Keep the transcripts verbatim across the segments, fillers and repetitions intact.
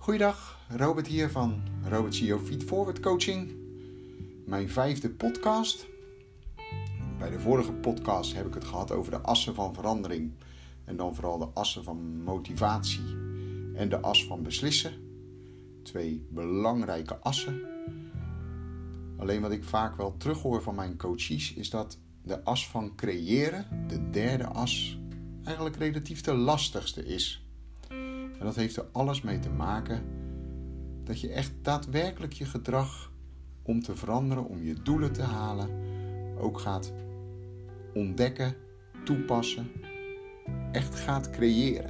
Goeiedag, Robert hier van Robert C E O Feed Forward Coaching. Mijn vijfde podcast. Bij de vorige podcast heb ik het gehad over de assen van verandering. En dan vooral de assen van motivatie en de as van beslissen. Twee belangrijke assen. Alleen wat ik vaak wel terughoor van mijn coaches is dat de as van creëren, de derde as, eigenlijk relatief de lastigste is. En dat heeft er alles mee te maken dat je echt daadwerkelijk je gedrag om te veranderen, om je doelen te halen, ook gaat ontdekken, toepassen, echt gaat creëren.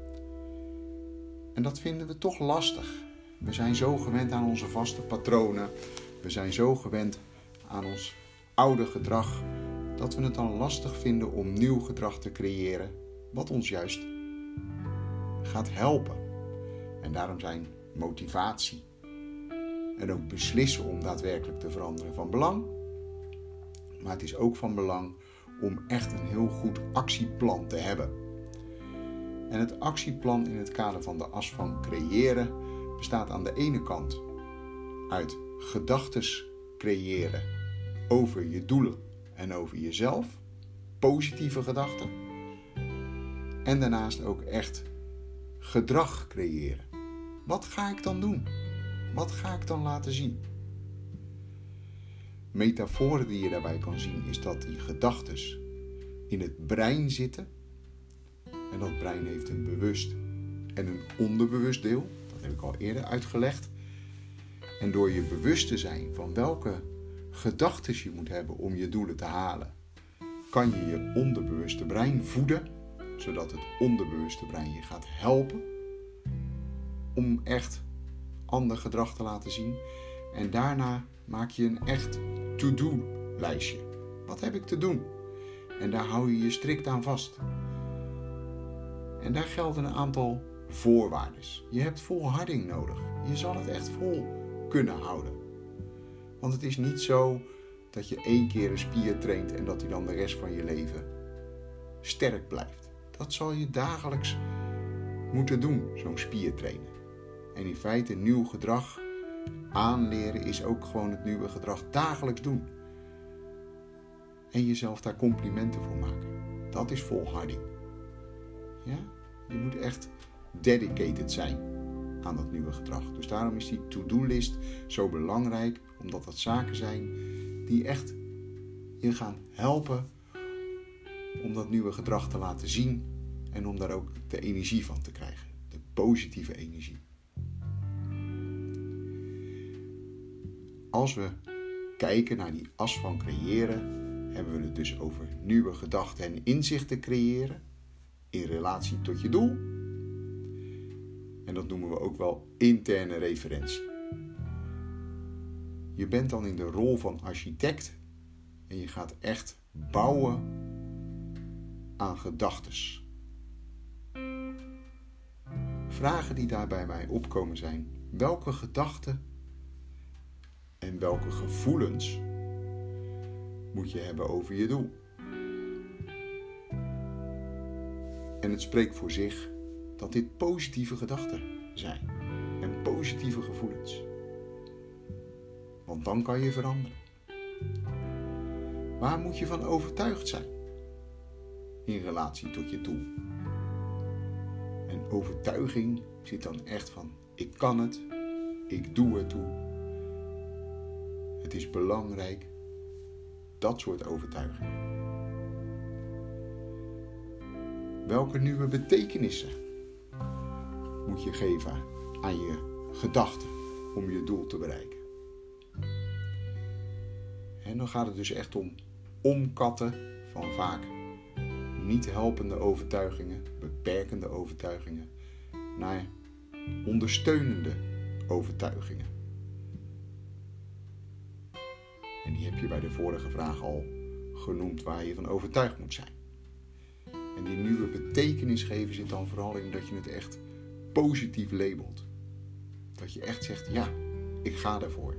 En dat vinden we toch lastig. We zijn zo gewend aan onze vaste patronen, we zijn zo gewend aan ons oude gedrag, dat we het dan lastig vinden om nieuw gedrag te creëren, wat ons juist gaat helpen. En daarom zijn motivatie en ook beslissen om daadwerkelijk te veranderen van belang. Maar het is ook van belang om echt een heel goed actieplan te hebben. En het actieplan in het kader van de as van creëren bestaat aan de ene kant uit gedachtes creëren over je doelen en over jezelf, positieve gedachten. En daarnaast ook echt gedrag creëren. Wat ga ik dan doen? Wat ga ik dan laten zien? Metaforen die je daarbij kan zien is dat die gedachtes in het brein zitten. En dat brein heeft een bewust en een onderbewust deel. Dat heb ik al eerder uitgelegd. En door je bewust te zijn van welke gedachtes je moet hebben om je doelen te halen, kan je je onderbewuste brein voeden, zodat het onderbewuste brein je gaat helpen om echt ander gedrag te laten zien. En daarna maak je een echt to-do lijstje. Wat heb ik te doen? En daar hou je je strikt aan vast. En daar gelden een aantal voorwaarden. Je hebt volharding nodig. Je zal het echt vol kunnen houden. Want het is niet zo dat je één keer een spier traint en dat hij dan de rest van je leven sterk blijft. Dat zal je dagelijks moeten doen, zo'n spier trainen. En in feite nieuw gedrag aanleren is ook gewoon het nieuwe gedrag dagelijks doen. En jezelf daar complimenten voor maken. Dat is volharding. Ja? Je moet echt dedicated zijn aan dat nieuwe gedrag. Dus daarom is die to-do-list zo belangrijk, omdat dat zaken zijn die echt je gaan helpen om dat nieuwe gedrag te laten zien en om daar ook de energie van te krijgen. De positieve energie. Als we kijken naar die as van creëren, hebben we het dus over nieuwe gedachten en inzichten creëren in relatie tot je doel. En dat noemen we ook wel interne referentie. Je bent dan in de rol van architect en je gaat echt bouwen aan gedachtes. Vragen die daarbij mij opkomen zijn: welke gedachten en welke gevoelens moet je hebben over je doel? En het spreekt voor zich dat dit positieve gedachten zijn en positieve gevoelens. Want dan kan je veranderen. Waar moet je van overtuigd zijn in relatie tot je doel? En overtuiging zit dan echt van: ik kan het, ik doe het toe. Het is belangrijk. Dat soort overtuigingen. Welke nieuwe betekenissen moet je geven aan je gedachten om je doel te bereiken? En dan gaat het dus echt om omkatten van vaak niet helpende overtuigingen, beperkende overtuigingen, naar ondersteunende overtuigingen. En die heb je bij de vorige vraag al genoemd, waar je van overtuigd moet zijn. En die nieuwe betekenis geven zit dan vooral in dat je het echt positief labelt. Dat je echt zegt: ja, ik ga ervoor.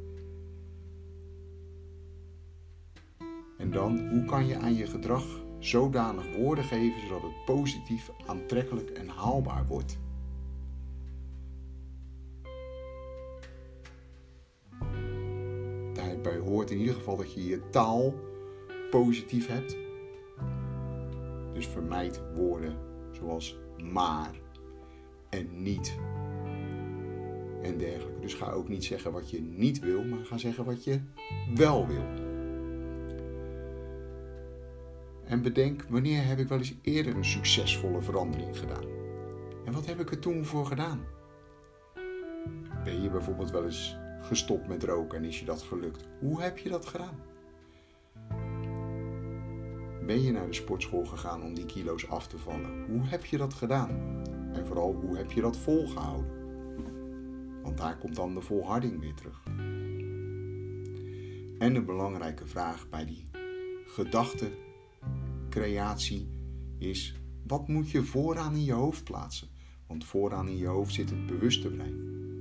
En dan, hoe kan je aan je gedrag zodanig woorden geven zodat het positief, aantrekkelijk en haalbaar wordt? bij hoort in ieder geval dat je je taal positief hebt. Dus vermijd woorden zoals maar en niet en dergelijke. Dus ga ook niet zeggen wat je niet wil, maar ga zeggen wat je wel wil. En bedenk, wanneer heb ik wel eens eerder een succesvolle verandering gedaan? En wat heb ik er toen voor gedaan? Ben je bijvoorbeeld wel eens gestopt met roken en is je dat gelukt? Hoe heb je dat gedaan? Ben je naar de sportschool gegaan om die kilo's af te vallen? Hoe heb je dat gedaan? En vooral, hoe heb je dat volgehouden? Want daar komt dan de volharding weer terug. En een belangrijke vraag bij die gedachtencreatie is: wat moet je vooraan in je hoofd plaatsen? Want vooraan in je hoofd zit het bewuste brein.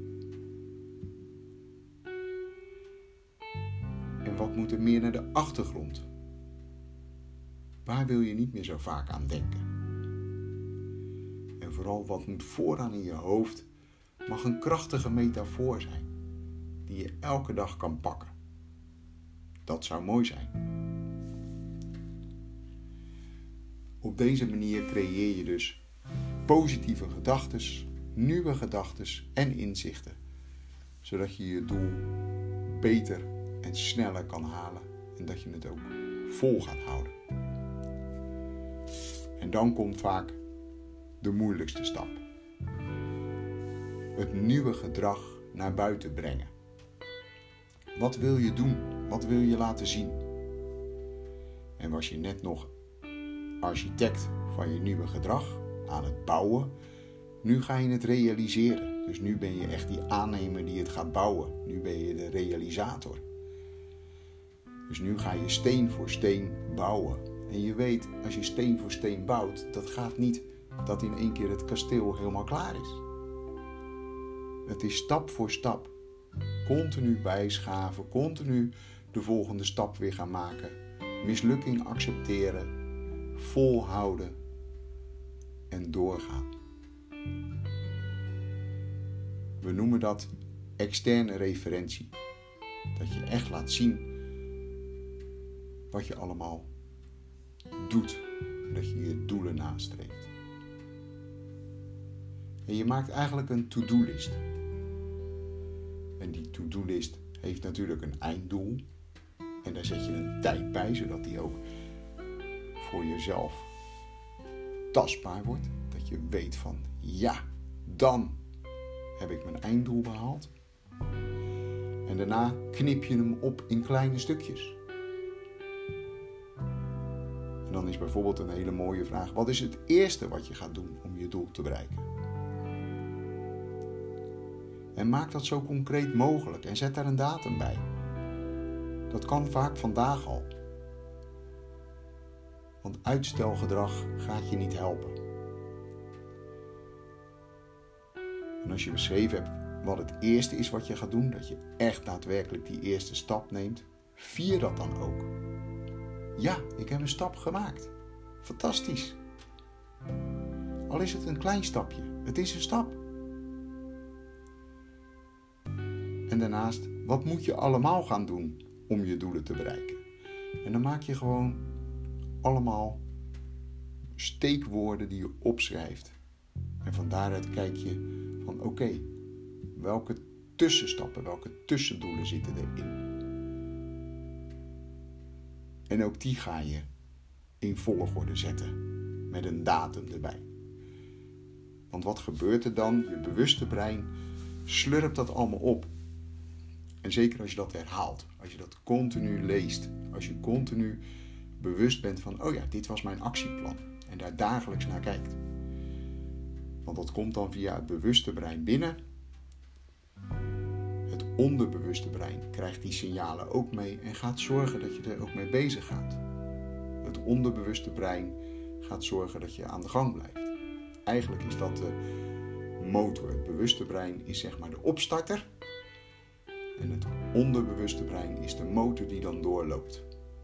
En wat moet er meer naar de achtergrond? Waar wil je niet meer zo vaak aan denken? En vooral, wat moet vooraan in je hoofd mag een krachtige metafoor zijn, die je elke dag kan pakken. Dat zou mooi zijn. Op deze manier creëer je dus positieve gedachten, nieuwe gedachten en inzichten, zodat je je doel beter en sneller kan halen en dat je het ook vol gaat houden. En dan komt vaak de moeilijkste stap. Het nieuwe gedrag naar buiten brengen. Wat wil je doen? Wat wil je laten zien? En was je net nog architect van je nieuwe gedrag aan het bouwen, nu ga je het realiseren. Dus nu ben je echt die aannemer die het gaat bouwen. Nu ben je de realisator. Dus nu ga je steen voor steen bouwen. En je weet, als je steen voor steen bouwt, dat gaat niet dat in één keer het kasteel helemaal klaar is. Het is stap voor stap. Continu bijschaven, continu de volgende stap weer gaan maken. Mislukking accepteren, volhouden en doorgaan. We noemen dat externe referentie. Dat je echt laat zien wat je allemaal doet. Dat je je doelen nastreeft. En je maakt eigenlijk een to-do-list. En die to-do-list heeft natuurlijk een einddoel. En daar zet je een tijd bij, zodat die ook voor jezelf tastbaar wordt. Dat je weet van, ja, dan heb ik mijn einddoel behaald. En daarna knip je hem op in kleine stukjes. En dan is bijvoorbeeld een hele mooie vraag: wat is het eerste wat je gaat doen om je doel te bereiken? En maak dat zo concreet mogelijk en zet daar een datum bij. Dat kan vaak vandaag al. Want uitstelgedrag gaat je niet helpen. En als je beschreven hebt wat het eerste is wat je gaat doen, dat je echt daadwerkelijk die eerste stap neemt, vier dat dan ook. Ja, ik heb een stap gemaakt. Fantastisch. Al is het een klein stapje, het is een stap. En daarnaast, wat moet je allemaal gaan doen om je doelen te bereiken? En dan maak je gewoon allemaal steekwoorden die je opschrijft. En van daaruit kijk je van oké, okay, welke tussenstappen, welke tussendoelen zitten erin? En ook die ga je in volgorde zetten met een datum erbij. Want wat gebeurt er dan? Je bewuste brein slurpt dat allemaal op. En zeker als je dat herhaalt, als je dat continu leest, als je continu bewust bent van, oh ja, dit was mijn actieplan. En daar dagelijks naar kijkt. Want dat komt dan via het bewuste brein binnen. Het onderbewuste brein krijgt die signalen ook mee en gaat zorgen dat je er ook mee bezig gaat. Het onderbewuste brein gaat zorgen dat je aan de gang blijft. Eigenlijk is dat de motor. Het bewuste brein is zeg maar de opstarter. En het onderbewuste brein is de motor die dan doorloopt.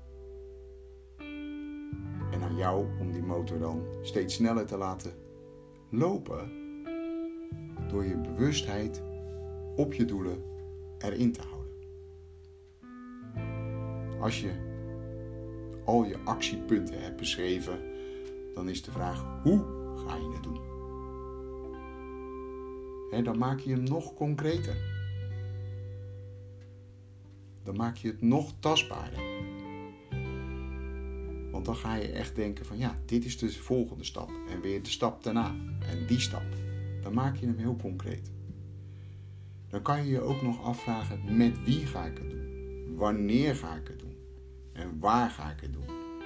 En aan jou om die motor dan steeds sneller te laten lopen, door je bewustheid op je doelen erin te houden. Als je al je actiepunten hebt beschreven, dan is de vraag, hoe ga je het doen? He, dan maak je hem nog concreter. Dan maak je het nog tastbaarder. Want dan ga je echt denken van ja, dit is de volgende stap. En weer de stap daarna. En die stap. Dan maak je hem heel concreet. Dan kan je je ook nog afvragen, met wie ga ik het doen? Wanneer ga ik het doen? En waar ga ik het doen?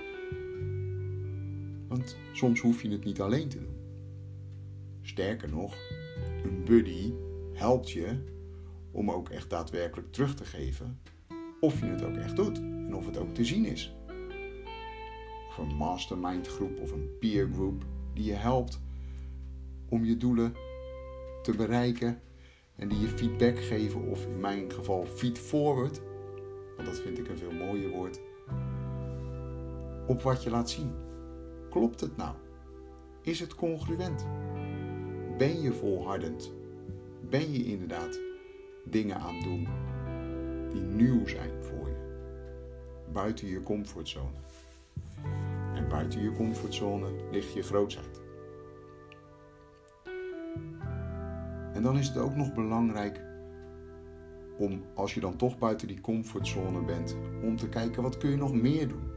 Want soms hoef je het niet alleen te doen. Sterker nog, een buddy helpt je om ook echt daadwerkelijk terug te geven of je het ook echt doet en of het ook te zien is. Of een mastermind groep of een peer group die je helpt om je doelen te bereiken en die je feedback geven of in mijn geval feed forward, want dat vind ik een veel mooier woord, op wat je laat zien. Klopt het nou? Is het congruent? Ben je volhardend? Ben je inderdaad dingen aan het doen die nieuw zijn voor je? Buiten je comfortzone. En buiten je comfortzone ligt je grootsheid. En dan is het ook nog belangrijk om, als je dan toch buiten die comfortzone bent, om te kijken wat kun je nog meer doen.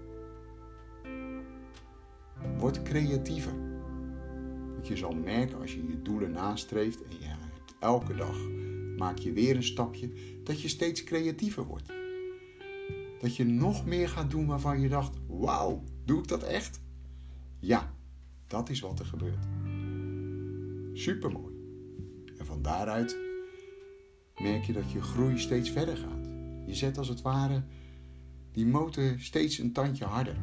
Word creatiever. Dat je zal merken als je je doelen nastreeft en je hebt elke dag maak je weer een stapje, dat je steeds creatiever wordt. Dat je nog meer gaat doen waarvan je dacht, wauw, doe ik dat echt? Ja, dat is wat er gebeurt. Supermooi. En van daaruit merk je dat je groei steeds verder gaat. Je zet als het ware die motor steeds een tandje harder.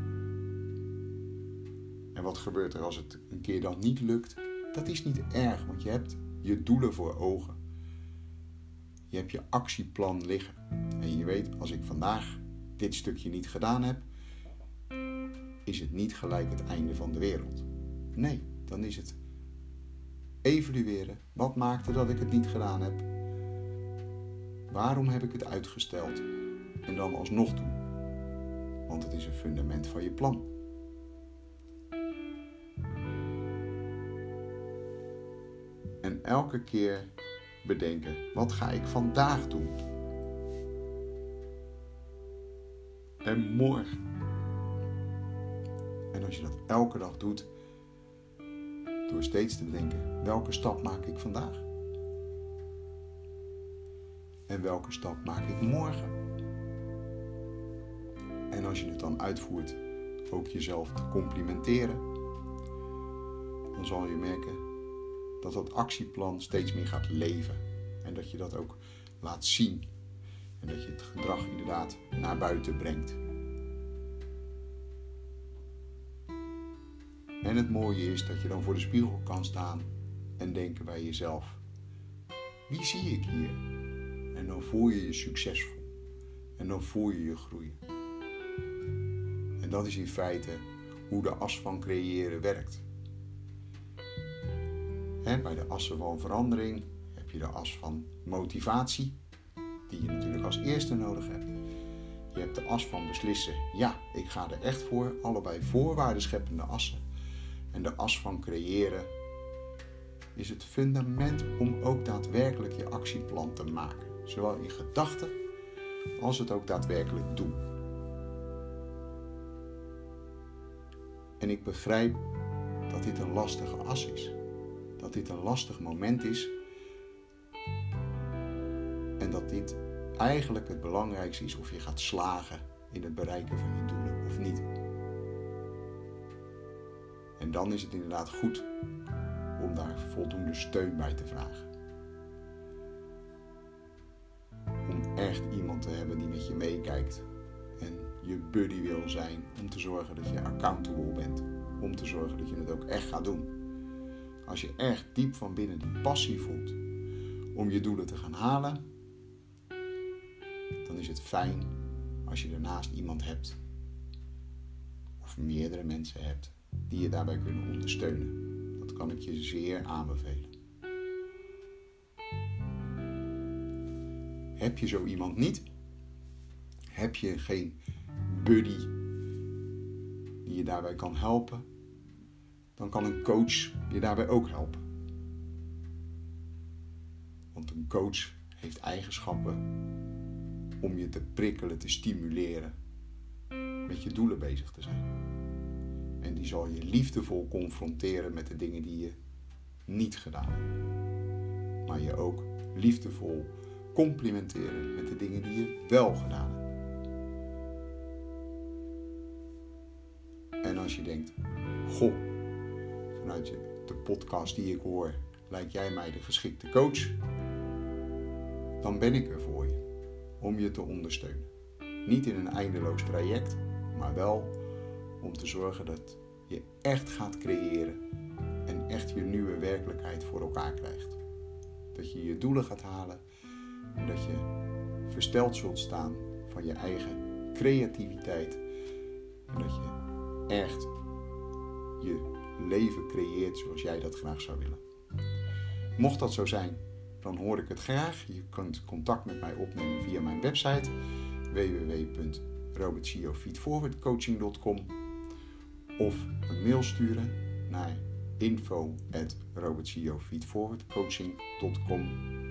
En wat gebeurt er als het een keer dan niet lukt? Dat is niet erg, want je hebt je doelen voor ogen. Je hebt je actieplan liggen. En je weet, als ik vandaag dit stukje niet gedaan heb, is het niet gelijk het einde van de wereld. Nee, dan is het evalueren. Wat maakte dat ik het niet gedaan heb? Waarom heb ik het uitgesteld? En dan alsnog doen. Want het is een fundament van je plan. En elke keer bedenken, wat ga ik vandaag doen? En morgen. En als je dat elke dag doet, door steeds te bedenken, welke stap maak ik vandaag? En welke stap maak ik morgen? En als je het dan uitvoert, ook jezelf te complimenteren, dan zal je merken dat dat actieplan steeds meer gaat leven. En dat je dat ook laat zien. En dat je het gedrag inderdaad naar buiten brengt. En het mooie is dat je dan voor de spiegel kan staan en denken bij jezelf, wie zie ik hier? En dan voel je je succesvol. En dan voel je je groeien. En dat is in feite hoe de as van creëren werkt. En bij de assen van verandering heb je de as van motivatie, die je natuurlijk als eerste nodig hebt. Je hebt de as van beslissen, ja, ik ga er echt voor, allebei voorwaarden scheppende assen. En de as van creëren is het fundament om ook daadwerkelijk je actieplan te maken. Zowel in gedachten als het ook daadwerkelijk doen. En ik begrijp dat dit een lastige as is. Dat dit een lastig moment is. En dat dit eigenlijk het belangrijkste is of je gaat slagen in het bereiken van je doelen of niet. En dan is het inderdaad goed om daar voldoende steun bij te vragen. Om echt iemand te hebben die met je meekijkt en je buddy wil zijn om te zorgen dat je accountable bent. Om te zorgen dat je het ook echt gaat doen. Als je echt diep van binnen die passie voelt om je doelen te gaan halen, dan is het fijn als je daarnaast iemand hebt of meerdere mensen hebt die je daarbij kunnen ondersteunen. Dat kan ik je zeer aanbevelen. Heb je zo iemand niet? Heb je geen buddy die je daarbij kan helpen, dan kan een coach je daarbij ook helpen. Want een coach heeft eigenschappen om je te prikkelen, te stimuleren, met je doelen bezig te zijn. En die zal je liefdevol confronteren met de dingen die je niet gedaan hebt. Maar je ook liefdevol complimenteren met de dingen die je wel gedaan hebt. En als je denkt, goh, vanuit de podcast die ik hoor, lijkt jij mij de geschikte coach, dan ben ik er voor je, om je te ondersteunen. Niet in een eindeloos traject, maar wel om te zorgen dat je echt gaat creëren en echt je nieuwe werkelijkheid voor elkaar krijgt. Dat je je doelen gaat halen en dat je versteld zult staan van je eigen creativiteit en dat je echt je leven creëert zoals jij dat graag zou willen. Mocht dat zo zijn, dan hoor ik het graag. Je kunt contact met mij opnemen via mijn website w w w punt robert cio feedforward coaching punt com of een mail sturen naar info at robert cio feedforward coaching punt com.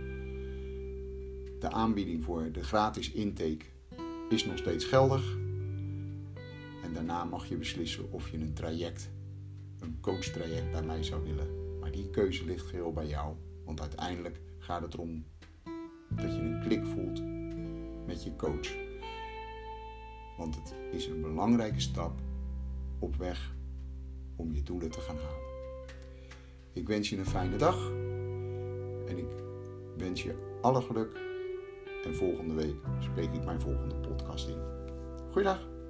De aanbieding voor de gratis intake is nog steeds geldig. En daarna mag je beslissen of je een traject, een coachtraject bij mij zou willen. Maar die keuze ligt geheel bij jou. Want uiteindelijk gaat het erom dat je een klik voelt met je coach. Want het is een belangrijke stap op weg om je doelen te gaan halen. Ik wens je een fijne dag. En ik wens je alle geluk. En volgende week spreek ik mijn volgende podcast in. Goeiedag.